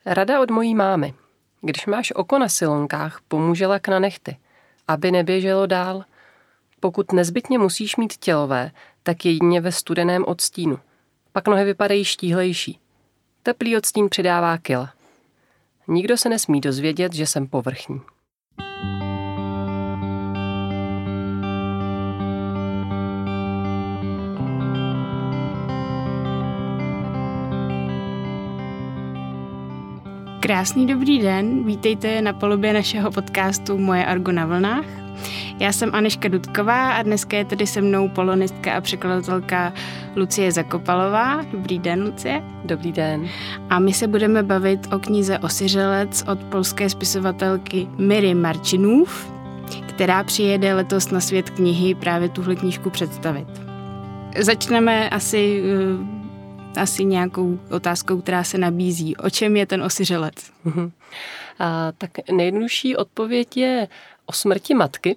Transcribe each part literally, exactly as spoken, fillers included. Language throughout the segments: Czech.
Rada od mojí mámy. Když máš oko na silonkách, pomůže lak na nehty, aby neběželo dál. Pokud nezbytně musíš mít tělové, tak jedině ve studeném odstínu. Pak nohy vypadají štíhlejší. Teplý odstín přidává kila. Nikdo se nesmí dozvědět, že jsem povrchní. Krásný dobrý den, vítejte na palubě našeho podcastu Moje Argo na vlnách. Já jsem Anežka Dudková a dneska je tady se mnou polonistka a překladatelka Lucie Zakopalová. Dobrý den, Lucie. Dobrý den. A my se budeme bavit o knize Osiřelec od polské spisovatelky Miry Marcinův, která přijede letos na Svět knihy právě tuhle knížku představit. Začneme asi... asi nějakou otázkou, která se nabízí. O čem je ten osiřelec? Uh-huh. A, tak nejjednodušší odpověď je o smrti matky.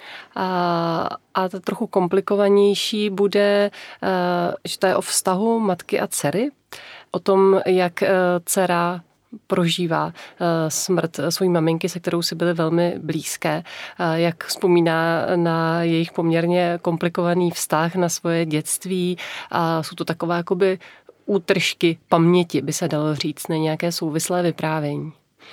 A, a to trochu komplikovanější bude, a, že to je o vztahu matky a dcery. O tom, jak a, dcera prožívá smrt své maminky, se kterou si byly velmi blízké, jak vzpomíná na jejich poměrně komplikovaný vztah, na svoje dětství. A jsou to takové jakoby útržky paměti, by se dalo říct, na nějaké souvislé vyprávění.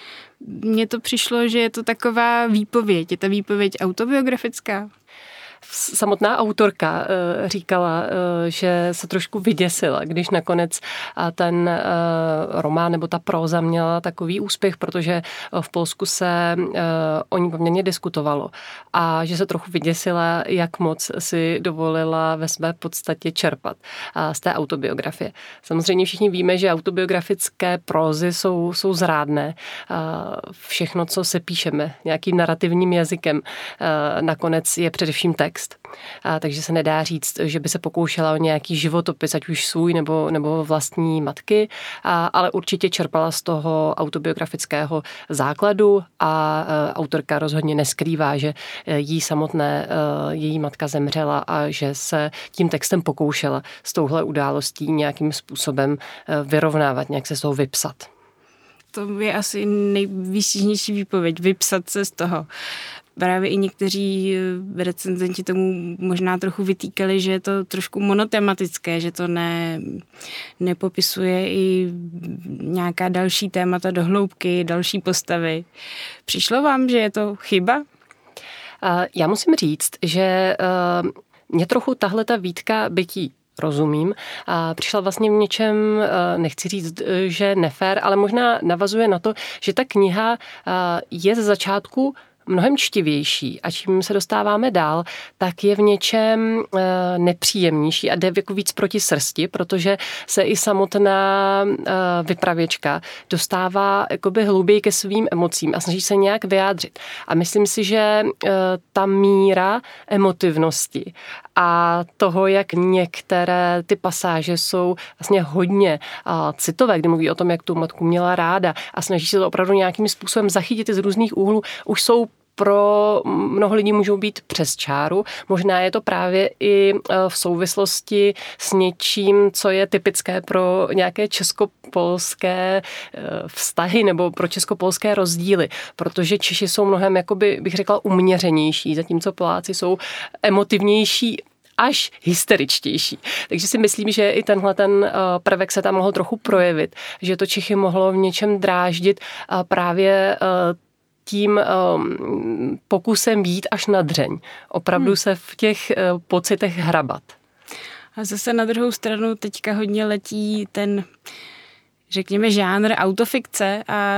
Mně to přišlo, že je to taková výpověď. Je ta výpověď autobiografická? Samotná autorka říkala, že se trošku vyděsila, když nakonec ten román nebo ta próza měla takový úspěch, protože v Polsku se o ní poměrně diskutovalo a že se trochu vyděsila, jak moc si dovolila ve své podstatě čerpat z té autobiografie. Samozřejmě všichni víme, že autobiografické prózy jsou, jsou zrádné. Všechno, co se píšeme nějakým narrativním jazykem, nakonec je především text. A, takže se nedá říct, že by se pokoušela o nějaký životopis, ať už svůj nebo, nebo vlastní matky, a, ale určitě čerpala z toho autobiografického základu a, a autorka rozhodně neskrývá, že jí samotné a, její matka zemřela a že se tím textem pokoušela s touhle událostí nějakým způsobem vyrovnávat, nějak se z toho vypsat. To je asi nejvýstižnější výpověď, vypsat se z toho. Právě i někteří recenzenti tomu možná trochu vytýkali, že je to trošku monotematické, že to ne, nepopisuje i nějaká další témata do hloubky, další postavy. Přišlo vám, že je to chyba? Já musím říct, že mě trochu tahle ta výtka bytí rozumím. A přišla vlastně v něčem, nechci říct, že nefér, ale možná navazuje na to, že ta kniha je ze začátku mnohem čtivější a čím se dostáváme dál, tak je v něčem e, nepříjemnější a jde jako víc proti srsti, protože se i samotná e, vypravěčka dostává jakoby hlouběji ke svým emocím a snaží se nějak vyjádřit. A myslím si, že e, ta míra emotivnosti a toho, jak některé ty pasáže jsou vlastně hodně a, citové, kdy mluví o tom, jak tu matku měla ráda a snaží se to opravdu nějakým způsobem zachytit z různých úhlů, už jsou pro mnoho lidí můžou být přes čáru. Možná je to právě i v souvislosti s něčím, co je typické pro nějaké českopolské vztahy nebo pro českopolské rozdíly, protože Češi jsou mnohem, jakoby, bych řekla, uměřenější, zatímco Poláci jsou emotivnější až hysteričtější. Takže si myslím, že i tenhle ten prvek se tam mohl trochu projevit, že to Čechy mohlo v něčem dráždit právě tím um, pokusem jít až na dřeň. Opravdu hmm. se v těch uh, pocitech hrabat. A zase na druhou stranu teďka hodně letí ten, řekněme, žánr autofikce a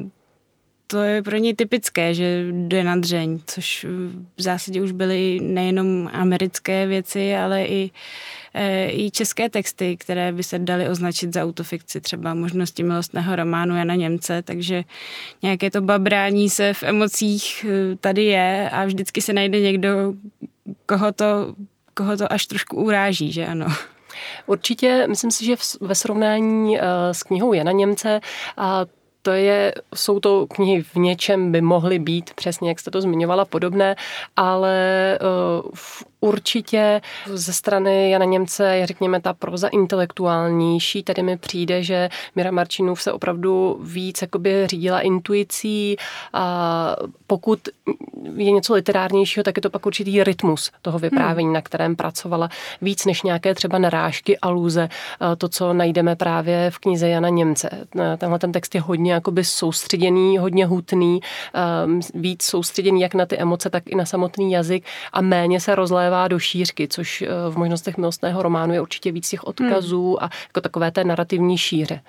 to je pro ně typické, že jde na dřeň, což v zásadě už byly nejenom americké věci, ale i, e, i české texty, které by se daly označit za autofikci, třeba Možnosti milostného románu Jana Němce, takže nějaké to babrání se v emocích tady je a vždycky se najde někdo, koho to, koho to až trošku uráží, že ano. Určitě, myslím si, že v, ve srovnání uh, s knihou Jana Němce uh, to je, jsou to knihy v něčem by mohly být, přesně jak jste to zmiňovala, podobné, ale uh, v určitě ze strany Jana Němce je, řekněme, ta proza intelektuálnější. Tady mi přijde, že Míra Marčínův se opravdu víc jakoby řídila intuicí a pokud je něco literárnějšího, tak je to pak určitý rytmus toho vyprávění, hmm. na kterém pracovala víc než nějaké třeba narážky, alúze, to, co najdeme právě v knize Jana Němce. Tenhle ten text je hodně jakoby soustředěný, hodně hutný, víc soustředěný jak na ty emoce, tak i na samotný jazyk a méně se rozlévá do šířky, což v možnostech milostného románu je určitě víc těch odkazů hmm. a jako takové té narrativní šíře.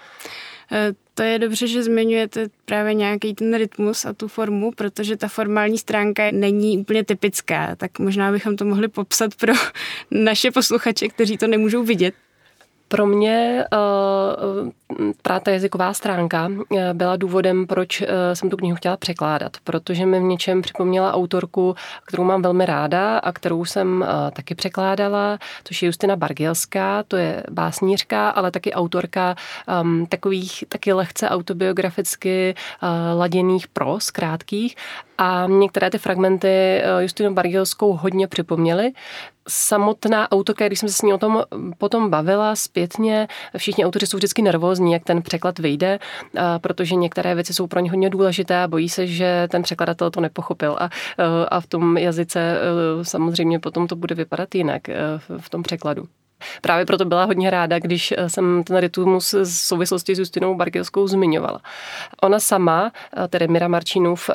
To je dobře, že zmiňujete právě nějaký ten rytmus a tu formu, protože ta formální stránka není úplně typická, tak možná bychom to mohli popsat pro naše posluchače, kteří to nemůžou vidět. Pro mě uh, právě ta jazyková stránka byla důvodem, proč uh, jsem tu knihu chtěla překládat, protože mi v něčem připomněla autorku, kterou mám velmi ráda a kterou jsem uh, taky překládala, což je Justina Bargilská, to je básnířka, ale taky autorka um, takových taky lehce autobiograficky uh, laděných pros, krátkých a některé ty fragmenty uh, Justinu Bargilskou hodně připomněly. Samotná autorka, když jsem se s ní o tom potom bavila zpětně, všichni autoři jsou vždycky nervózní, jak ten překlad vyjde, protože některé věci jsou pro ně hodně důležité a bojí se, že ten překladatel to nepochopil a, a v tom jazyce samozřejmě potom to bude vypadat jinak v tom překladu. Právě proto byla hodně ráda, když jsem ten rytmus v souvislosti s Justinou Bargilskou zmiňovala. Ona sama, tedy Míra Marčínův,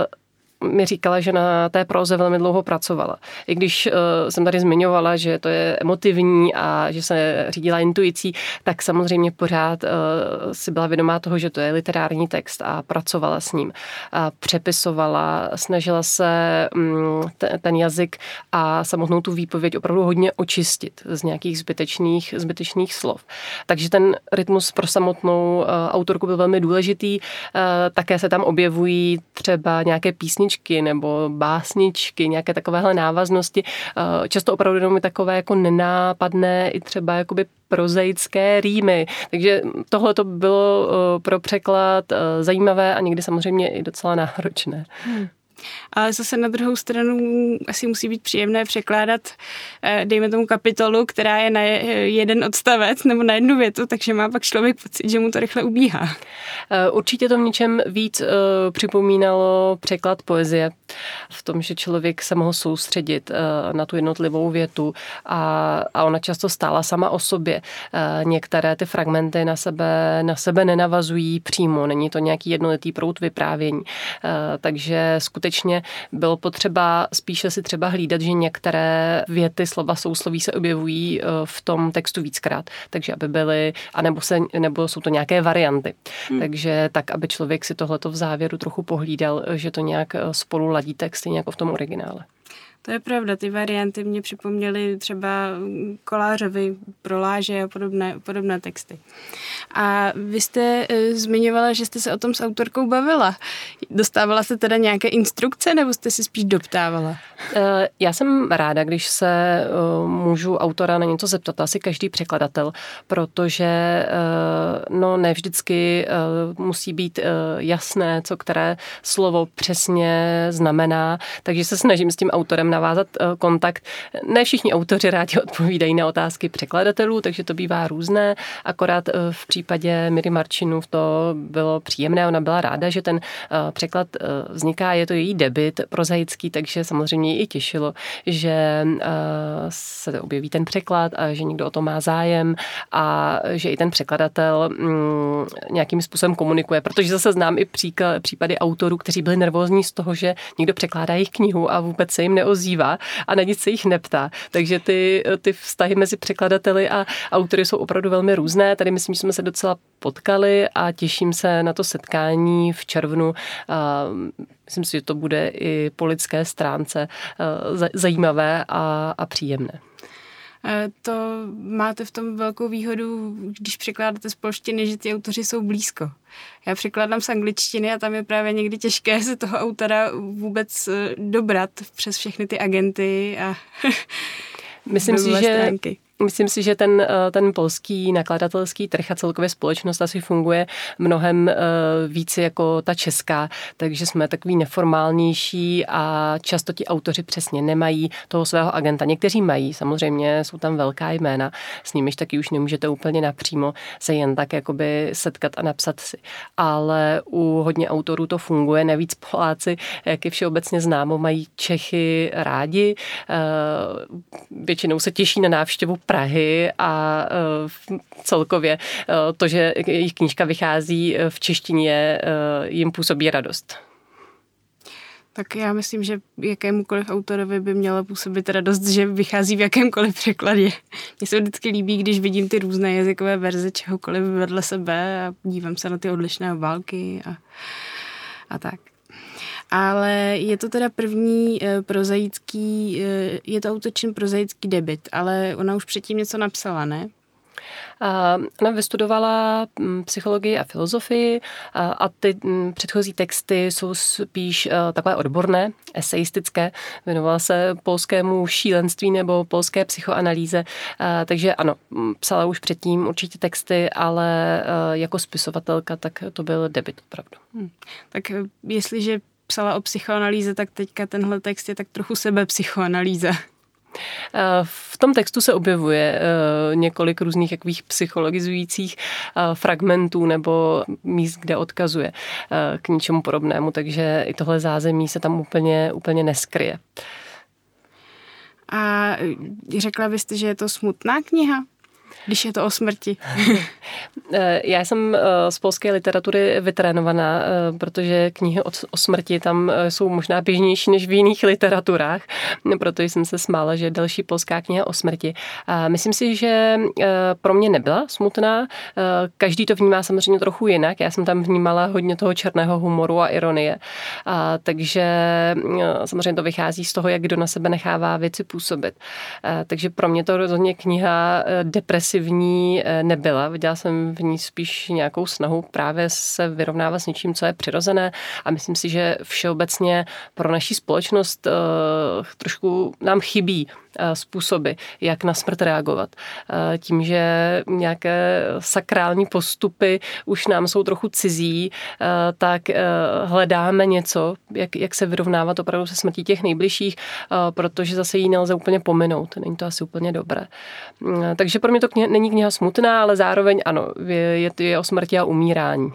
mi říkala, že na té próze velmi dlouho pracovala. I když uh, jsem tady zmiňovala, že to je emotivní a že se řídila intuicí, tak samozřejmě pořád uh, si byla vědomá toho, že to je literární text a pracovala s ním. A přepisovala, snažila se um, t- ten jazyk a samotnou tu výpověď opravdu hodně očistit z nějakých zbytečných, zbytečných slov. Takže ten rytmus pro samotnou uh, autorku byl velmi důležitý. Uh, také se tam objevují třeba nějaké písničky nebo básničky, nějaké takovéhle návaznosti. Často opravdu jenom takové jako nenápadné i třeba jakoby prozaické rýmy. Takže tohle to bylo pro překlad zajímavé a někdy samozřejmě i docela náročné. Hmm. Ale zase na druhou stranu asi musí být příjemné překládat, dejme tomu kapitolu, která je na jeden odstavec nebo na jednu větu, takže má pak člověk pocit, že mu to rychle ubíhá. Určitě to v něčem víc uh, připomínalo překlad poezie, v tom, že člověk se mohl soustředit uh, na tu jednotlivou větu a, a ona často stála sama o sobě. Uh, některé ty fragmenty na sebe, na sebe nenavazují přímo, není to nějaký jednolitý proud vyprávění. Uh, takže skutečně bylo potřeba spíše si třeba hlídat, že některé věty, slova, sousloví se objevují v tom textu víckrát, takže aby byly, anebo, se, nebo jsou to nějaké varianty. Hmm. Takže tak, aby člověk si tohleto v závěru trochu pohlídal, že to nějak spolu ladí text, stejně jako v tom originále. To je pravda, ty varianty mě připomněly třeba Kolářovi, Proláže a podobné, podobné texty. A vy jste e, zmiňovala, že jste se o tom s autorkou bavila. Dostávala jste teda nějaké instrukce, nebo jste si spíš doptávala? E, já jsem ráda, když se e, můžu autora na něco zeptat, asi každý překladatel, protože e, no, ne vždycky e, musí být e, jasné, co které slovo přesně znamená, takže se snažím s tím autorem navázat kontakt. Ne všichni autoři rádi odpovídají na otázky překladatelů, takže to bývá různé. Akorát v případě Míry Marčínův to bylo příjemné. Ona byla ráda, že ten překlad vzniká. Je to její debut prozaický, takže samozřejmě i těšilo, že se objeví ten překlad a že někdo o to má zájem a že i ten překladatel nějakým způsobem komunikuje. Protože zase znám i případy autorů, kteří byli nervózní z toho, že někdo překládá jejich knihu a vůbec se jim neozývá a na nic se jich neptá. Takže ty, ty vztahy mezi překladateli a autory jsou opravdu velmi různé. Tady myslím, že jsme se docela potkali a těším se na to setkání v červnu. Myslím si, že to bude i po lidské stránce zajímavé a, a příjemné. To máte v tom velkou výhodu, když překládáte z polštiny, že ty autoři jsou blízko. Já překládám z angličtiny a tam je právě někdy těžké se toho autora vůbec dobrat přes všechny ty agenty a myslím si, že stránky. myslím si, že ten, ten polský nakladatelský trh a celkově společnost asi funguje mnohem víc jako ta česká, takže jsme takový neformálnější a často ti autoři přesně nemají toho svého agenta. Někteří mají, samozřejmě jsou tam velká jména, s nimiž taky už nemůžete úplně napřímo se jen tak jakoby setkat a napsat si. Ale u hodně autorů to funguje, navíc Poláci, jak je všeobecně známo, mají Čechy rádi, většinou se těší na návštěvu Prahy a celkově to, že jejich knížka vychází v češtině, jim působí radost. Tak já myslím, že jakémukoliv autorovi by měla působit radost, že vychází v jakémkoliv překladě. Mně se vždycky líbí, když vidím ty různé jazykové verze čehokoliv vedle sebe a dívám se na ty odlišné obálky a, a tak. Ale je to teda první e, prozaický, e, je to autočin prozaický debut, ale ona už předtím něco napsala, ne? Ona vystudovala psychologii a filozofii a ty předchozí texty jsou spíš takové odborné, esejistické. Věnovala se polskému šílenství nebo polské psychoanalýze, takže ano, psala už předtím určitě texty, ale jako spisovatelka tak to byl debut opravdu. Hmm. Tak jestliže psala o psychoanalýze, tak teďka tenhle text je tak trochu sebepsychoanalýza. V tom textu se objevuje několik různých jakých psychologizujících fragmentů nebo míst, kde odkazuje k něčemu podobnému, takže i tohle zázemí se tam úplně, úplně neskryje. A řekla byste, že je to smutná kniha? Když je to o smrti. Já jsem z polské literatury vytrénovaná, protože knihy o smrti tam jsou možná běžnější než v jiných literaturách, proto jsem se smála, že je další polská kniha o smrti. Myslím si, že pro mě nebyla smutná. Každý to vnímá samozřejmě trochu jinak. Já jsem tam vnímala hodně toho černého humoru a ironie. Takže samozřejmě to vychází z toho, jak kdo na sebe nechává věci působit. Takže pro mě to rozhodně kniha depresivní nebyla. Viděla jsem v ní spíš nějakou snahu právě se vyrovnávat s něčím, co je přirozené a myslím si, že všeobecně pro naši společnost uh, trošku nám chybí uh, způsoby, jak na smrt reagovat. Uh, tím, že nějaké sakrální postupy už nám jsou trochu cizí, uh, tak uh, hledáme něco, jak, jak se vyrovnávat opravdu se smrtí těch nejbližších, uh, protože zase ji nelze úplně pominout. Není to asi úplně dobré. Uh, takže pro mě to kniha, není kniha smutná, ale zároveň ano, je, je o smrti a umírání.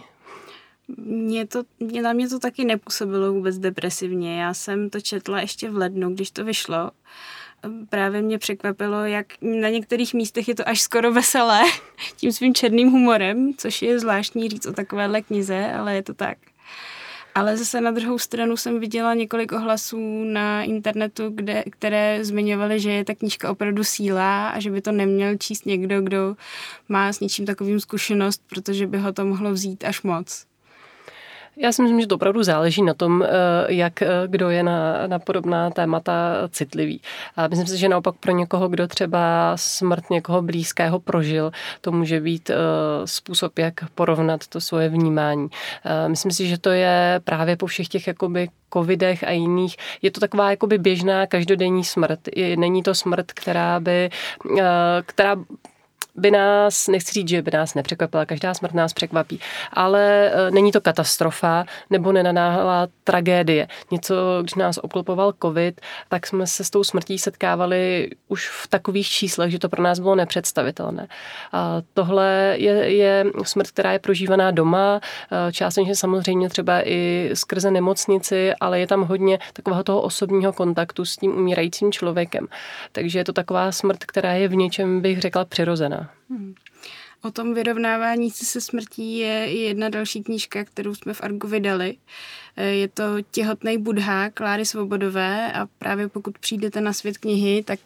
Mě to, mě, na mě to taky nepůsobilo vůbec depresivně. Já jsem to četla ještě v lednu, když to vyšlo. Právě mě překvapilo, jak na některých místech je to až skoro veselé tím svým černým humorem, což je zvláštní říct o takovéhle knize, ale je to tak. Ale zase na druhou stranu jsem viděla několik ohlasů na internetu, kde, které zmiňovaly, že je ta knížka opravdu síla a že by to neměl číst někdo, kdo má s něčím takovým zkušenost, protože by ho to mohlo vzít až moc. Já si myslím, že to opravdu záleží na tom, jak kdo je na, na podobná témata citlivý. A myslím si, že naopak pro někoho, kdo třeba smrt někoho blízkého prožil, to může být způsob, jak porovnat to svoje vnímání. Myslím si, že to je právě po všech těch jakoby covidech a jiných, je to taková jakoby běžná každodenní smrt. Není to smrt, která by, která by nás, nechci říct, že by nás nepřekvapila, každá smrt nás překvapí, ale není to katastrofa nebo nenanáhlá tragédie. Něco, když nás obklopoval covid, tak jsme se s tou smrtí setkávali už v takových číslech, že to pro nás bylo nepředstavitelné. A tohle je, je smrt, která je prožívaná doma, částečně samozřejmě třeba i skrze nemocnici, ale je tam hodně takového toho osobního kontaktu s tím umírajícím člověkem. Takže je to taková smrt, která je v něčem, bych řekla, přirozená. Hmm. O tom vyrovnávání se smrtí je jedna další knížka, kterou jsme v Argu vydali. Je to Těhotnej Buddha Kláry Svobodové a právě pokud přijdete na svět knihy, tak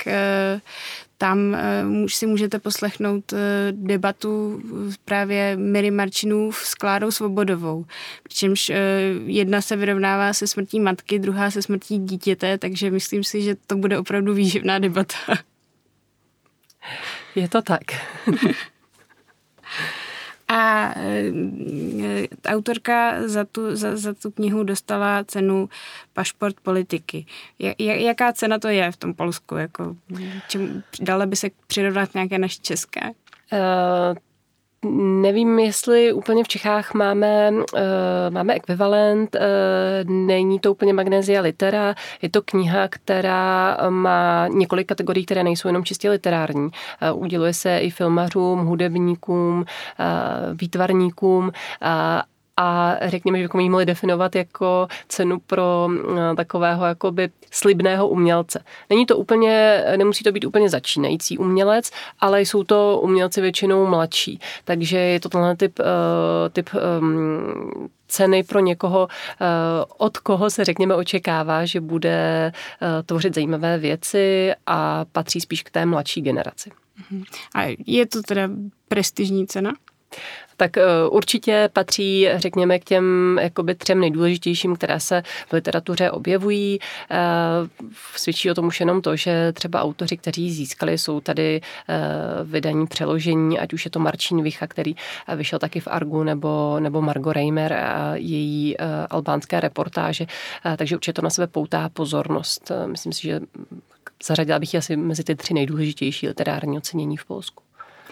tam si můžete poslechnout debatu právě Miry Marčinův s Klárou Svobodovou. Přičemž jedna se vyrovnává se smrtí matky, druhá se smrtí dítěte, takže myslím si, že to bude opravdu výživná debata. Je to tak. A e, autorka za tu, za, za tu knihu dostala cenu Pašport politiky. Jak, jaká cena to je v tom Polsku? Jako, čem, dala by se přirovnat nějaké naší české? Uh... Nevím, jestli úplně v Čechách máme, uh, máme ekvivalent, uh, není to úplně Magnesia Litera, je to kniha, která má několik kategorií, které nejsou jenom čistě literární. Uh, uděluje se i filmařům, hudebníkům, uh, výtvarníkům, uh, a řekněme, že bychom ji mohli definovat jako cenu pro takového jakoby slibného umělce. Není to úplně, nemusí to být úplně začínající umělec, ale jsou to umělci většinou mladší. Takže je to tenhle typ, typ ceny pro někoho, od koho se řekněme očekává, že bude tvořit zajímavé věci a patří spíš k té mladší generaci. A je to teda prestižní cena? Tak určitě patří, řekněme, k těm jakoby třem nejdůležitějším, které se v literatuře objevují. Svědčí o tom už jenom to, že třeba autoři, kteří získali, jsou tady vydaní přeložení, ať už je to Marcin Vicha, který vyšel taky v Argu, nebo, nebo Margot Reimer a její albánské reportáže. Takže určitě to na sebe poutá pozornost. Myslím si, že zařadila bych ji asi mezi ty tři nejdůležitější literární ocenění v Polsku.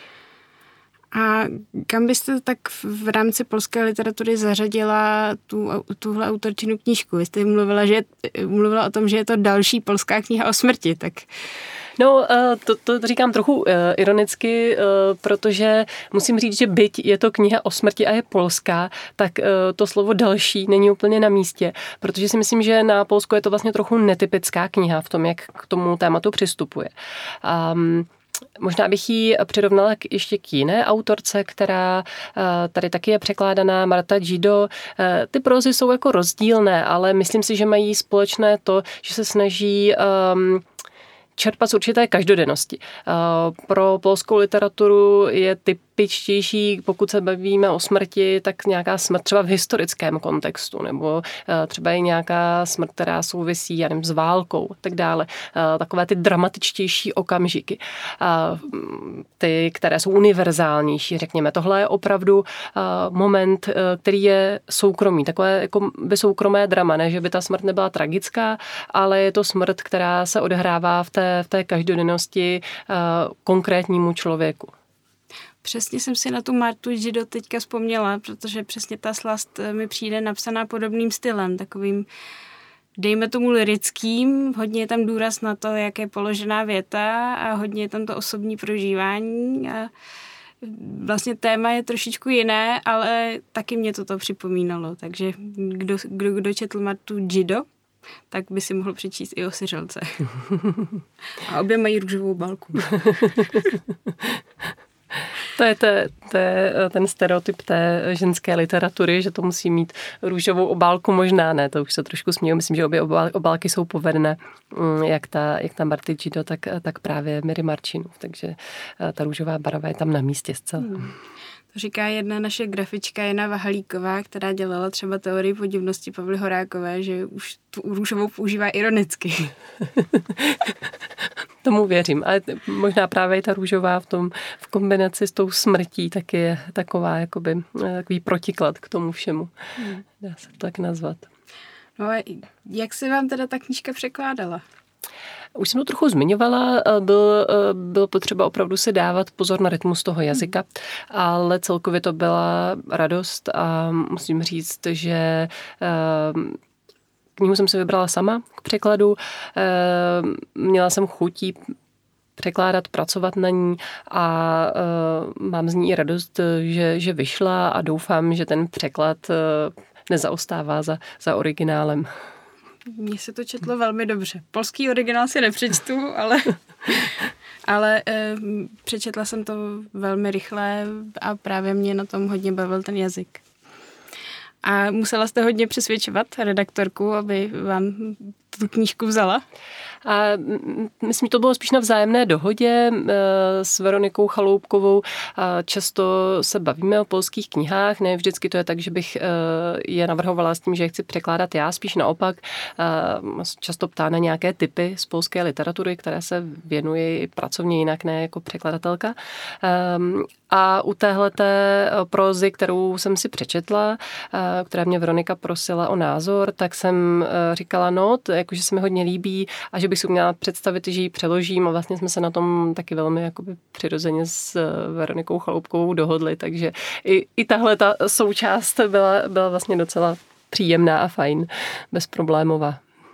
A kam byste tak v rámci polské literatury zařadila tu, tuhle autorčinu knížku? Vy jste mluvila, že, mluvila o tom, že je to další polská kniha o smrti, tak... No, to, to říkám trochu ironicky, protože musím říct, že byť je to kniha o smrti a je polská, tak to slovo další není úplně na místě, protože si myslím, že na Polsku je to vlastně trochu netypická kniha v tom, jak k tomu tématu přistupuje. Um, Možná bych ji přirovnala k, ještě k jiné autorce, která tady taky je překládaná, Marta Gido. Ty prózy jsou jako rozdílné, ale myslím si, že mají společné to, že se snaží um, čerpat z určité každodennosti. Pro polskou literaturu je typičtější, pokud se bavíme o smrti, tak nějaká smrt třeba v historickém kontextu, nebo třeba i nějaká smrt, která souvisí, já nevím, s válkou, tak dále. Takové ty dramatičtější okamžiky. Ty, které jsou univerzálnější, řekněme. Tohle je opravdu moment, který je soukromý. Takové jako by soukromé drama, ne, že by ta smrt nebyla tragická, ale je to smrt, která se odehrává v té v té každodennosti uh, konkrétnímu člověku. Přesně jsem si na tu Martu Gido teďka vzpomněla, protože přesně ta slast mi přijde napsaná podobným stylem, takovým, dejme tomu lirickým, hodně je tam důraz na to, jak je položená věta a hodně je tam to osobní prožívání a vlastně téma je trošičku jiné, ale taky mě toto připomínalo, takže kdo, kdo, kdo četl Martu Gido, tak by si mohl přečíst i o Siřelce. A obě mají růžovou obálku. To je, te, to je ten stereotyp té ženské literatury, že to musí mít růžovou obálku, možná ne, to už se trošku směju. Myslím, že obě obálky jsou povedené, jak ta, jak ta Marty Gido, tak, tak právě Miri Marcinův, takže ta růžová barva je tam na místě zcela. Hmm. To říká jedna naše grafička Jana Vahalíková, která dělala třeba teorii podivnosti Pavly Horákové, že už tu růžovou používá ironicky. Tomu věřím. Ale možná právě ta růžová v tom v kombinaci s tou smrtí taky je taková, jakoby, takový protiklad k tomu všemu. Hmm. Dá se to tak nazvat. No a jak se vám teda ta knížka překládala? Už jsem to trochu zmiňovala, byl, byl potřeba opravdu si dávat pozor na rytmus toho jazyka, ale celkově to byla radost a musím říct, že knihu jsem si vybrala sama k překladu. Měla jsem chutí překládat, pracovat na ní a mám z ní i radost, že, že vyšla a doufám, že ten překlad nezaostává za, za originálem. Mně se to četlo velmi dobře. Polský originál si nepřečtu, ale, ale e, přečetla jsem to velmi rychle a právě mě na tom hodně bavil ten jazyk. A musela jste hodně přesvědčovat redaktorku, aby vám tu knížku vzala? A myslím, že to bylo spíš na vzájemné dohodě s Veronikou Chaloupkovou. Často se bavíme o polských knihách, ne vždycky to je tak, že bych je navrhovala s tím, že je chci překládat já, spíš naopak. Často ptá na nějaké typy z polské literatury, které se věnuji pracovně jinak, ne jako překladatelka. A u téhleté prózy, kterou jsem si přečetla, která mě Veronika prosila o názor, tak jsem říkala, no, to, jakože se mi hodně líbí a že bych si uměla představit, že ji přeložím a vlastně jsme se na tom taky velmi jakoby přirozeně s Veronikou Chaloupkovou dohodli, takže i, i tahle ta součást byla, byla vlastně docela příjemná a fajn, bezproblémová.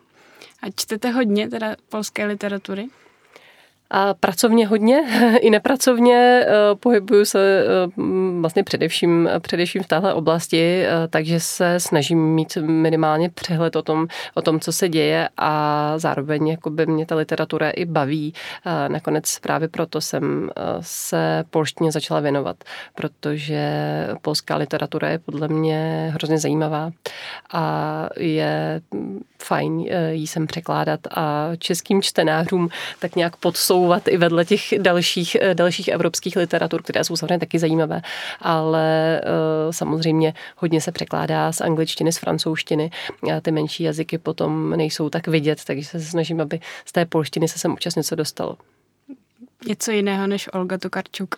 A čtete hodně teda polské literatury? A pracovně hodně, i nepracovně pohybuju se vlastně především, především v téhle oblasti, takže se snažím mít minimálně přehled o tom, o tom, co se děje a zároveň jakoby mě ta literatura i baví. Nakonec právě proto jsem se polštině začala věnovat, protože polská literatura je podle mě hrozně zajímavá a je fajn jí sem překládat a českým čtenářům tak nějak podsouvat i vedle těch dalších, dalších evropských literatur, které jsou samozřejmě taky zajímavé, ale uh, samozřejmě hodně se překládá z angličtiny, z francouzštiny a ty menší jazyky potom nejsou tak vidět, takže se snažím, aby z té polštiny se sem občas něco dostalo. Něco jiného než Olga Tokarczuk.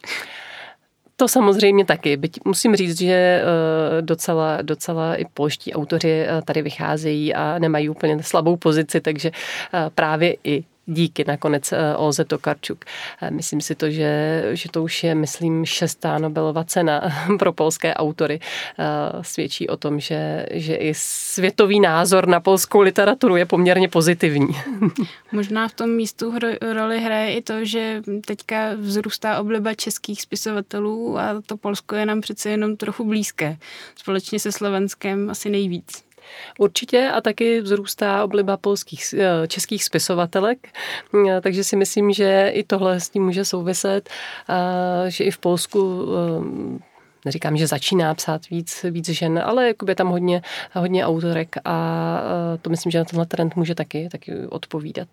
To samozřejmě taky. Byť musím říct, že docela, docela i polští autoři tady vycházejí a nemají úplně slabou pozici, takže právě i díky nakonec Olze Tokarczuk. Myslím si to, že, že to už je, myslím, šestá Nobelova cena pro polské autory. Svědčí o tom, že, že i světový názor na polskou literaturu je poměrně pozitivní. Možná v tom místu roli hraje i to, že teďka vzrůstá obliba českých spisovatelů a to Polsko je nám přece jenom trochu blízké. Společně se Slovenskem asi nejvíc. Určitě a taky vzrůstá obliba polských, českých spisovatelek, takže si myslím, že i tohle s tím může souviset, že i v Polsku, neříkám, že začíná psát víc, víc žen, ale je tam hodně, hodně autorek a to myslím, že na tenhle trend může taky, taky odpovídat.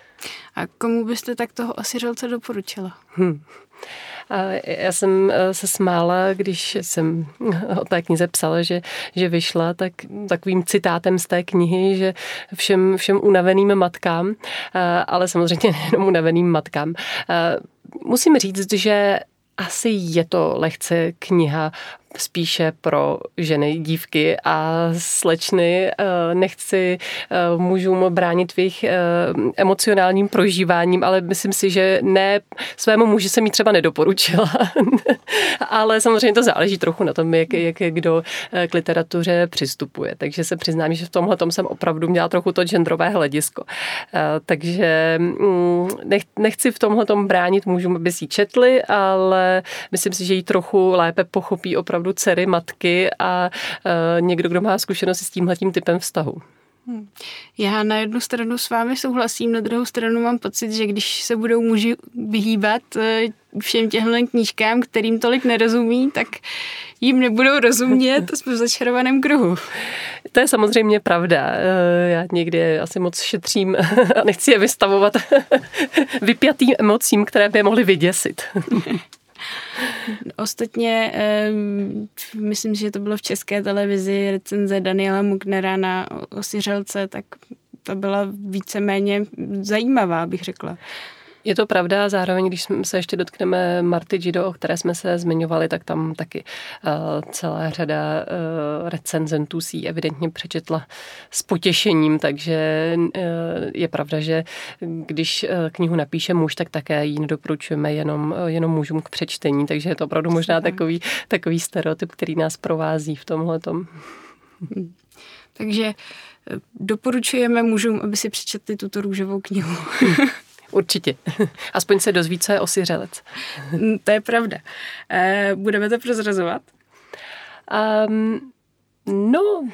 A komu byste tak toho osiřelce doporučila? Hmm. Já jsem se smála, když jsem o té knize psala, že, že vyšla, tak takovým citátem z té knihy, že všem, všem unaveným matkám, ale samozřejmě nejenom unaveným matkám. Musím říct, že asi je to lehce kniha spíše pro ženy, dívky a slečny. Nechci mužům bránit v jejich emocionálním prožíváním, ale myslím si, že ne, svému muži jsem jí třeba nedoporučila. Ale samozřejmě to záleží trochu na tom, jak, jak kdo k literatuře přistupuje. Takže se přiznám, že v tomhle tom jsem opravdu měla trochu to genderové hledisko. Takže nechci v tomhle tom bránit mužům, aby si ji četli, ale myslím si, že ji trochu lépe pochopí opravdu dcery, matky a e, někdo, kdo má zkušenosti s tímhletím typem vztahu. Hmm. Já na jednu stranu s vámi souhlasím, na druhou stranu mám pocit, že když se budou muži vyhýbat všem těmhle knížkám, kterým tolik nerozumí, tak jim nebudou rozumět a jsme v začarovaném kruhu. To je samozřejmě pravda. Já někdy asi moc šetřím a nechci je vystavovat vypjatým emocím, které by je mohly vyděsit. Ostatně myslím, že to bylo v České televizi recenze Daniela Mugnera na Osiřelce, tak to byla víceméně zajímavá, bych řekla. Je to pravda, zároveň, když se ještě dotkneme Marty Gido, o které jsme se zmiňovali, tak tam taky uh, celá řada uh, recenzentů si ji evidentně přečetla s potěšením, takže uh, je pravda, že když uh, knihu napíše muž, tak také ji nedoporučujeme jenom, uh, jenom mužům k přečtení, takže je to opravdu možná takový, takový stereotyp, který nás provází v tomhletom. Takže doporučujeme mužům, aby si přečetli tuto růžovou knihu. Určitě. Aspoň se dozví, co je osiřelec. To je pravda. Budeme to prozrazovat? Um, no,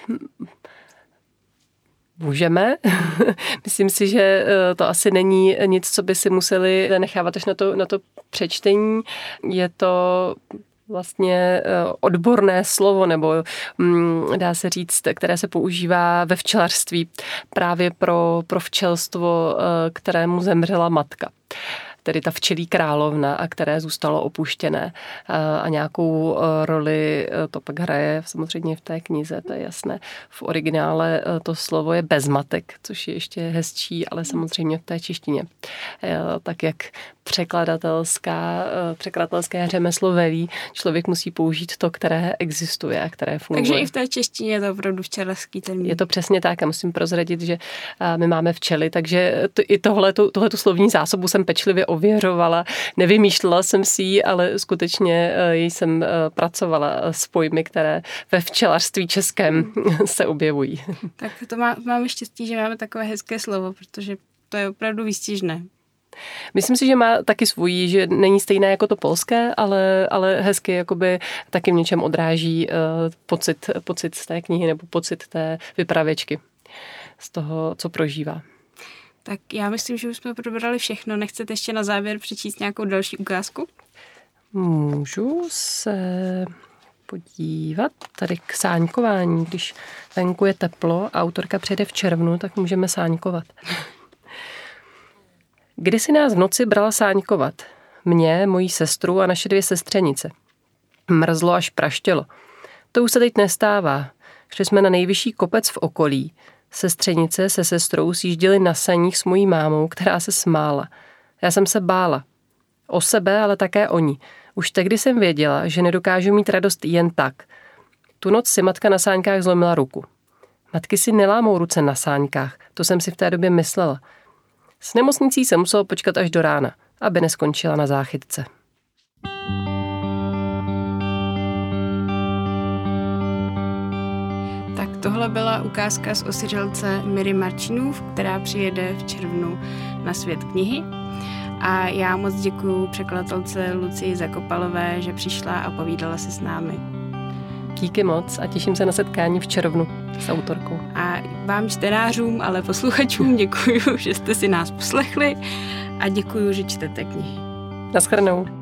můžeme. Myslím si, že to asi není nic, co by si museli nechávat až na to, na to přečtení. Je to vlastně odborné slovo, nebo dá se říct, které se používá ve včelařství právě pro, pro včelstvo, kterému zemřela matka. Tedy ta včelí královna, a které zůstalo opuštěné. A nějakou roli to pak hraje samozřejmě v té knize, to je jasné. V originále to slovo je bezmatek, což je ještě hezčí, ale samozřejmě v té češtině. Tak jak překladatelská, překladatelské řemeslo velí, člověk musí použít to, které existuje a které funguje. Takže i v té češtině je to opravdu včelařský termín. Je to přesně tak a musím prozradit, že my máme včely, takže to, i tohletu, tohletu slovní zásobu jsem pečlivě ověřovala. Nevymýšlela jsem si ji, ale skutečně jsem pracovala s pojmy, které ve včelařství českém se objevují. Tak to má, máme štěstí, že máme takové hezké slovo, protože to je opravdu výstižné. Myslím si, že má taky svůj, že není stejné jako to polské, ale, ale hezky jakoby taky v něčem odráží uh, pocit, pocit z té knihy nebo pocit té vypravěčky z toho, co prožívá. Tak já myslím, že už jsme probrali všechno. Nechcete ještě na závěr přečíst nějakou další ukázku? Můžu se podívat tady k sáňkování. Když venku je teplo a autorka přijede v červnu, tak můžeme sáňkovat. Kdysi nás v noci brala sáňkovat. Mě, moji sestru a naše dvě sestřenice. Mrzlo až praštělo. To už se teď nestává. Šli jsme na nejvyšší kopec v okolí. Sestřenice se sestrou sjížděly na saních s mojí mámou, která se smála. Já jsem se bála. O sebe, ale také o ní. Už tehdy jsem věděla, že nedokážu mít radost jen tak. Tu noc si matka na sáňkách zlomila ruku. Matky si nelámou ruce na sáňkách, to jsem si v té době myslela. S nemocnicí se muselo počkat až do rána, aby neskončila na záchytce. Tak tohle byla ukázka z osiřelce Miry Marčinův, která přijede v červnu na Svět knihy. A já moc děkuju překladatelce Lucii Zakopalové, že přišla a povídala si s námi. Díky moc a těším se na setkání v červnu s autorkou. A vám čtenářům, ale posluchačům děkuju, že jste si nás poslechli a děkuju, že čtete knihy. Naschledanou.